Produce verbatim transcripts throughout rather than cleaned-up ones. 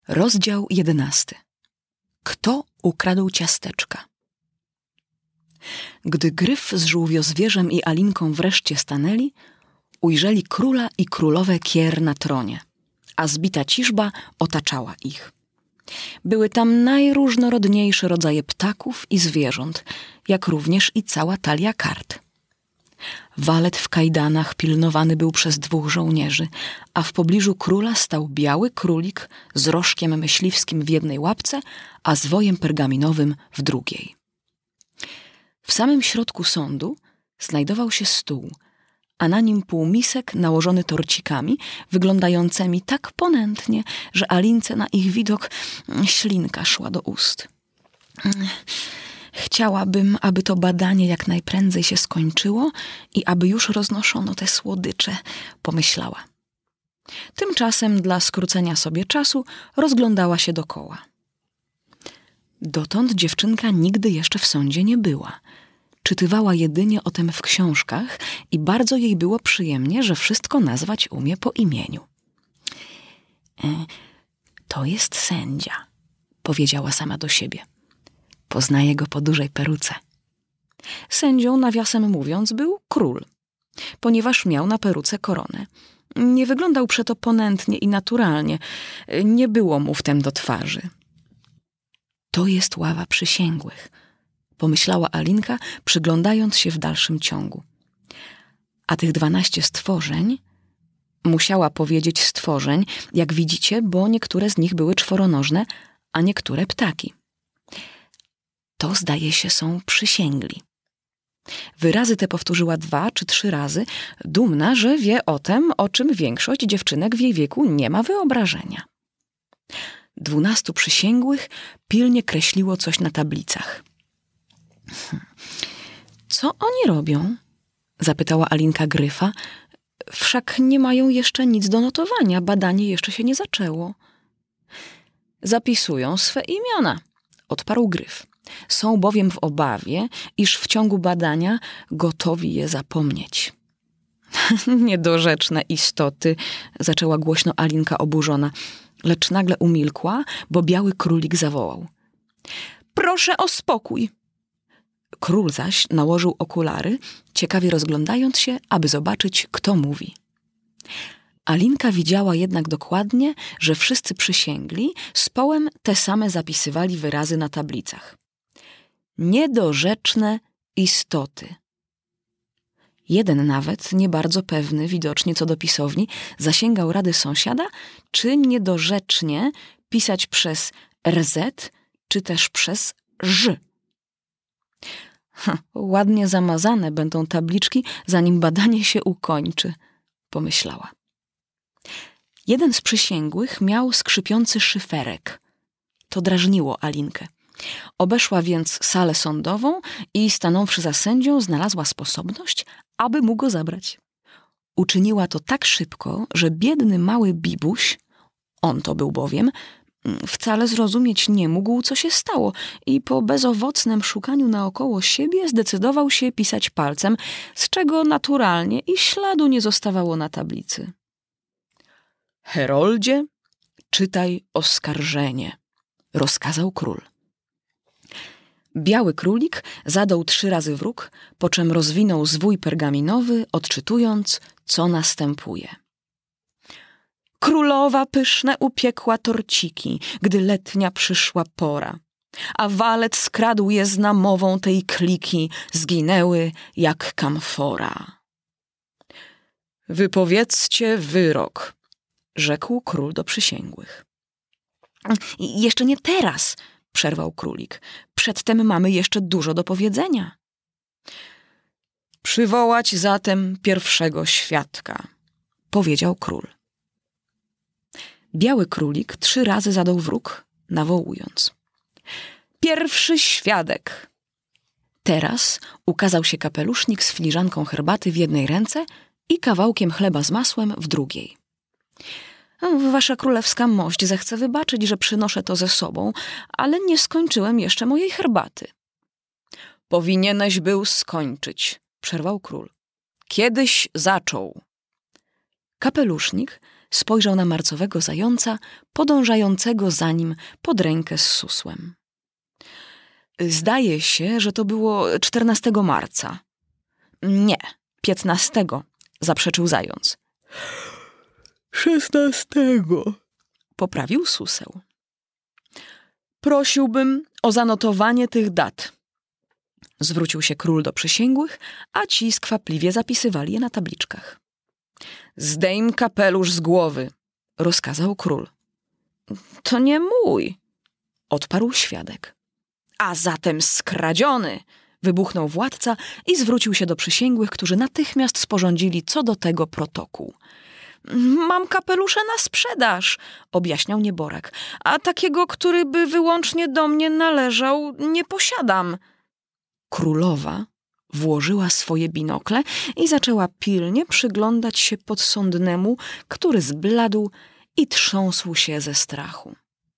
Rozdział jedenasty. Kto ukradł ciasteczka? Gdy Gryf z żółwiozwierzem i Alinką wreszcie stanęli, ujrzeli króla i królowe Kier na tronie, a zbita ciżba otaczała ich. Były tam najróżnorodniejsze rodzaje ptaków i zwierząt, jak również i cała talia kart. Walet w kajdanach pilnowany był przez dwóch żołnierzy, a w pobliżu króla stał biały królik z rożkiem myśliwskim w jednej łapce, a zwojem pergaminowym w drugiej. W samym środku sądu znajdował się stół, a na nim półmisek nałożony torcikami, wyglądającymi tak ponętnie, że Alince na ich widok ślinka szła do ust. Chciałabym, aby to badanie jak najprędzej się skończyło i aby już roznoszono te słodycze, pomyślała. Tymczasem dla skrócenia sobie czasu rozglądała się dokoła. Dotąd dziewczynka nigdy jeszcze w sądzie nie była. Czytywała jedynie o tym w książkach i bardzo jej było przyjemnie, że wszystko nazwać umie po imieniu. E, to jest sędzia, powiedziała sama do siebie. Poznaję go po dużej peruce. Sędzią, nawiasem mówiąc, był król, ponieważ miał na peruce koronę. Nie wyglądał przeto ponętnie i naturalnie. Nie było mu wtem do twarzy. To jest ława przysięgłych, pomyślała Alinka, przyglądając się w dalszym ciągu. A tych dwanaście stworzeń, musiała powiedzieć stworzeń, jak widzicie, bo niektóre z nich były czworonożne, a niektóre ptaki. To, zdaje się, są przysięgli. Wyrazy te powtórzyła dwa czy trzy razy, dumna, że wie o tym, o czym większość dziewczynek w jej wieku nie ma wyobrażenia. Dwunastu przysięgłych pilnie kreśliło coś na tablicach. Co oni robią? Zapytała Alinka Gryfa. Wszak nie mają jeszcze nic do notowania, badanie jeszcze się nie zaczęło. Zapisują swe imiona, odparł Gryf. Są bowiem w obawie, iż w ciągu badania gotowi je zapomnieć. Niedorzeczne istoty, zaczęła głośno Alinka oburzona, lecz nagle umilkła, bo biały królik zawołał. Proszę o spokój! Król zaś nałożył okulary, ciekawie rozglądając się, aby zobaczyć, kto mówi. Alinka widziała jednak dokładnie, że wszyscy przysięgli z połem te same zapisywali wyrazy na tablicach. Niedorzeczne istoty. Jeden nawet, nie bardzo pewny widocznie co do pisowni, zasięgał rady sąsiada, czy niedorzecznie pisać przez rz, czy też przez ż. Ha, ładnie zamazane będą tabliczki, zanim badanie się ukończy, pomyślała. Jeden z przysięgłych miał skrzypiący szyferek. To drażniło Alinkę. Obeszła więc salę sądową i stanąwszy za sędzią znalazła sposobność, aby mu go zabrać. Uczyniła to tak szybko, że biedny mały Bibuś, on to był bowiem, wcale zrozumieć nie mógł, co się stało i po bezowocnym szukaniu naokoło siebie zdecydował się pisać palcem, z czego naturalnie i śladu nie zostawało na tablicy. Heroldzie, czytaj oskarżenie, rozkazał król. Biały królik zadał trzy razy wróg, po czym rozwinął zwój pergaminowy, odczytując, co następuje. Królowa pyszne upiekła torciki, gdy letnia przyszła pora, a walec skradł je z namową tej kliki, zginęły jak kamfora. Wypowiedzcie wyrok, rzekł król do przysięgłych. Jeszcze nie teraz, przerwał królik. Przedtem mamy jeszcze dużo do powiedzenia. Przywołać zatem pierwszego świadka, powiedział król. Biały królik trzy razy zadał wróg, nawołując. Pierwszy świadek. Teraz ukazał się kapelusznik z filiżanką herbaty w jednej ręce i kawałkiem chleba z masłem w drugiej. Wasza królewska mość zechce wybaczyć, że przynoszę to ze sobą, ale nie skończyłem jeszcze mojej herbaty. Powinieneś był skończyć, przerwał król. Kiedyś zaczął. Kapelusznik spojrzał na marcowego zająca, podążającego za nim pod rękę z susłem. Zdaje się, że to było czternastego marca. Nie, piętnastego, zaprzeczył zając. Szesnastego, poprawił suseł. Prosiłbym o zanotowanie tych dat. Zwrócił się król do przysięgłych, a ci skwapliwie zapisywali je na tabliczkach. Zdejm kapelusz z głowy, rozkazał król. To nie mój, odparł świadek. A zatem skradziony, wybuchnął władca i zwrócił się do przysięgłych, którzy natychmiast sporządzili co do tego protokół. Mam kapelusze na sprzedaż, objaśniał nieborak, a takiego, który by wyłącznie do mnie należał, nie posiadam. Królowa włożyła swoje binokle i zaczęła pilnie przyglądać się podsądnemu, który zbladł i trząsł się ze strachu.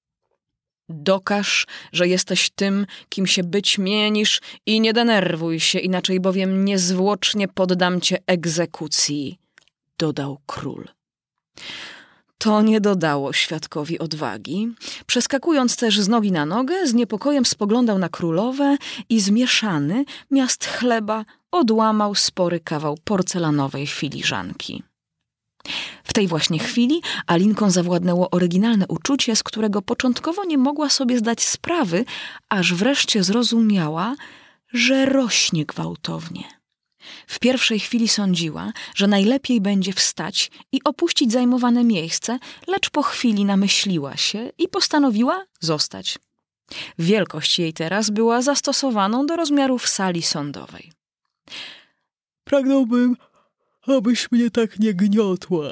Dokaż, że jesteś tym, kim się być mienisz i nie denerwuj się, inaczej bowiem niezwłocznie poddam cię egzekucji, dodał król. To nie dodało świadkowi odwagi. Przeskakując też z nogi na nogę, z niepokojem spoglądał na królowę i zmieszany, miast chleba, odłamał spory kawał porcelanowej filiżanki. W tej właśnie chwili Alinką zawładnęło oryginalne uczucie, z którego początkowo nie mogła sobie zdać sprawy, aż wreszcie zrozumiała, że rośnie gwałtownie. W pierwszej chwili sądziła, że najlepiej będzie wstać i opuścić zajmowane miejsce, lecz po chwili namyśliła się i postanowiła zostać. Wielkość jej teraz była zastosowaną do rozmiarów sali sądowej. Pragnąłbym, abyś mnie tak nie gniotła,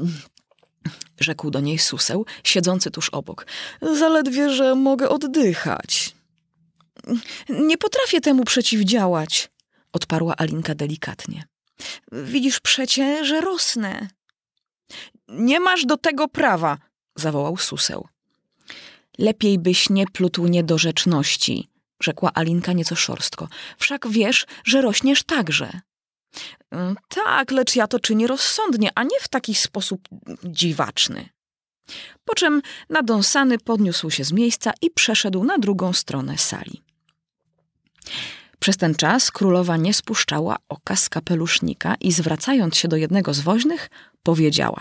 rzekł do niej suseł, siedzący tuż obok. Zaledwie, że mogę oddychać. Nie potrafię temu przeciwdziałać, odparła Alinka delikatnie. Widzisz przecie, że rosnę. Nie masz do tego prawa, zawołał suseł. Lepiej byś nie plótł niedorzeczności, rzekła Alinka nieco szorstko. Wszak wiesz, że rośniesz także. Tak, lecz ja to czynię rozsądnie, a nie w taki sposób dziwaczny. Po czym nadąsany podniósł się z miejsca i przeszedł na drugą stronę sali. Przez ten czas królowa nie spuszczała oka z kapelusznika i zwracając się do jednego z woźnych, powiedziała: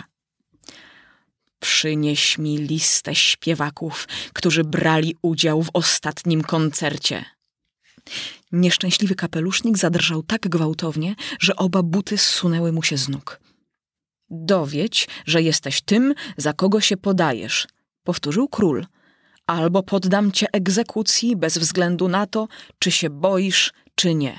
Przynieś mi listę śpiewaków, którzy brali udział w ostatnim koncercie. Nieszczęśliwy kapelusznik zadrżał tak gwałtownie, że oba buty zsunęły mu się z nóg. Dowiedź, że jesteś tym, za kogo się podajesz, powtórzył król. Albo poddam cię egzekucji bez względu na to, czy się boisz, czy nie.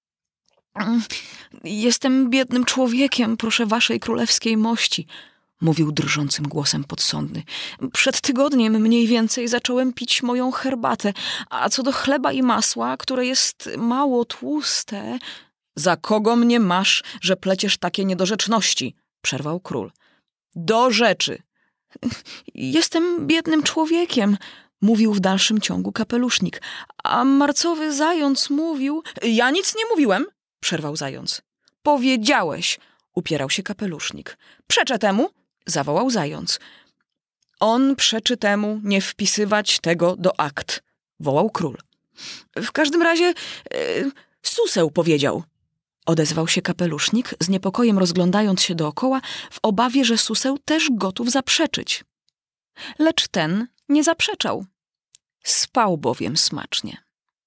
Jestem biednym człowiekiem, proszę waszej królewskiej mości, mówił drżącym głosem podsądny. Przed tygodniem mniej więcej zacząłem pić moją herbatę, a co do chleba i masła, które jest mało tłuste... Za kogo mnie masz, że pleciesz takie niedorzeczności? Przerwał król. Do rzeczy. Jestem biednym człowiekiem, mówił w dalszym ciągu kapelusznik, a marcowy zając mówił... Ja nic nie mówiłem, przerwał zając. Powiedziałeś, upierał się kapelusznik. Przeczę temu, zawołał zając. On przeczy temu nie wpisywać tego do akt, wołał król. W każdym razie yy, suseł powiedział, odezwał się kapelusznik, z niepokojem rozglądając się dookoła, w obawie, że suseł też gotów zaprzeczyć. Lecz ten nie zaprzeczał. Spał bowiem smacznie.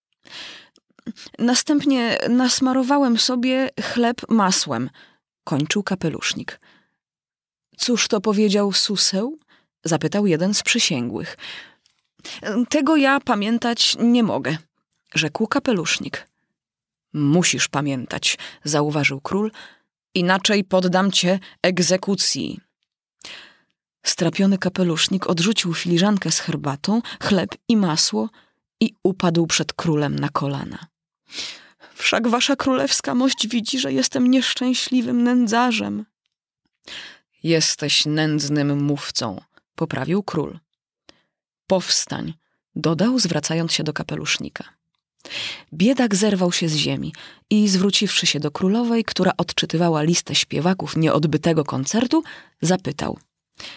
Następnie nasmarowałem sobie chleb masłem, kończył kapelusznik. Cóż to powiedział suseł? Zapytał jeden z przysięgłych. Tego ja pamiętać nie mogę, rzekł kapelusznik. Musisz pamiętać, zauważył król, inaczej poddam cię egzekucji. Strapiony kapelusznik odrzucił filiżankę z herbatą, chleb i masło i upadł przed królem na kolana. Wszak wasza królewska mość widzi, że jestem nieszczęśliwym nędzarzem. Jesteś nędznym mówcą, poprawił król. Powstań, dodał, zwracając się do kapelusznika. Biedak zerwał się z ziemi i zwróciwszy się do królowej, która odczytywała listę śpiewaków nieodbytego koncertu, zapytał.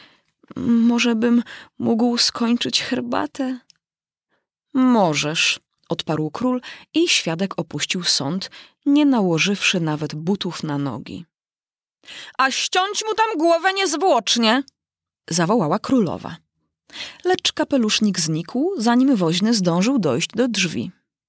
Może bym mógł skończyć herbatę? Możesz, odparł król i świadek opuścił sąd, nie nałożywszy nawet butów na nogi. A ściąć mu tam głowę niezwłocznie, zawołała królowa. Lecz kapelusznik znikł, zanim woźny zdążył dojść do drzwi.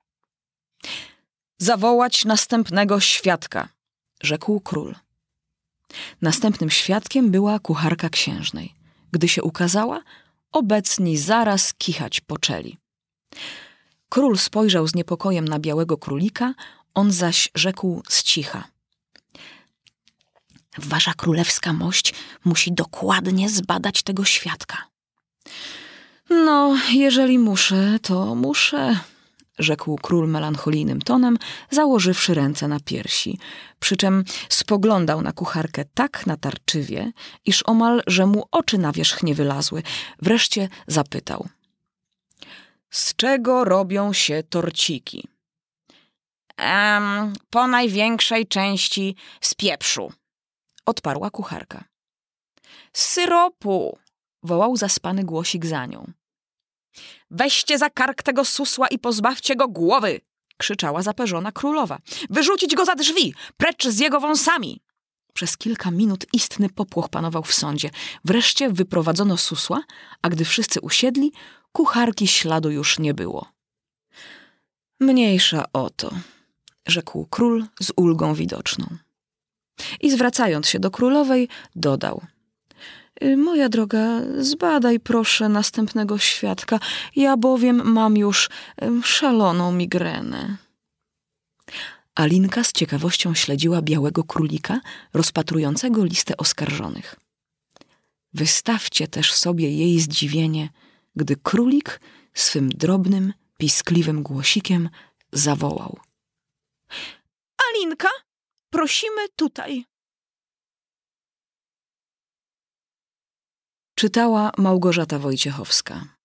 Zawołać następnego świadka, rzekł król. Następnym świadkiem była kucharka księżnej. Gdy się ukazała, obecni zaraz kichać poczęli. Król spojrzał z niepokojem na białego królika, on zaś rzekł z cicha. Wasza królewska mość musi dokładnie zbadać tego świadka. No, jeżeli muszę, to muszę, rzekł król melancholijnym tonem, założywszy ręce na piersi, przy czym spoglądał na kucharkę tak natarczywie, iż omal, że mu oczy na wierzch nie wylazły. Wreszcie zapytał. Z czego robią się torciki? Ehm, po największej części z pieprzu, odparła kucharka. Z syropu, wołał zaspany głosik za nią. Weźcie za kark tego susła i pozbawcie go głowy, krzyczała zaperzona królowa. Wyrzucić go za drzwi, precz z jego wąsami. Przez kilka minut istny popłoch panował w sądzie. Wreszcie wyprowadzono susła, a gdy wszyscy usiedli, kucharki śladu już nie było. Mniejsza o to, rzekł król z ulgą widoczną. I zwracając się do królowej, dodał. Moja droga, zbadaj proszę następnego świadka, ja bowiem mam już szaloną migrenę. Alinka z ciekawością śledziła białego królika, rozpatrującego listę oskarżonych. Wystawcie też sobie jej zdziwienie, gdy królik swym drobnym, piskliwym głosikiem zawołał. Alinka, prosimy tutaj. Czytała Małgorzata Wojciechowska.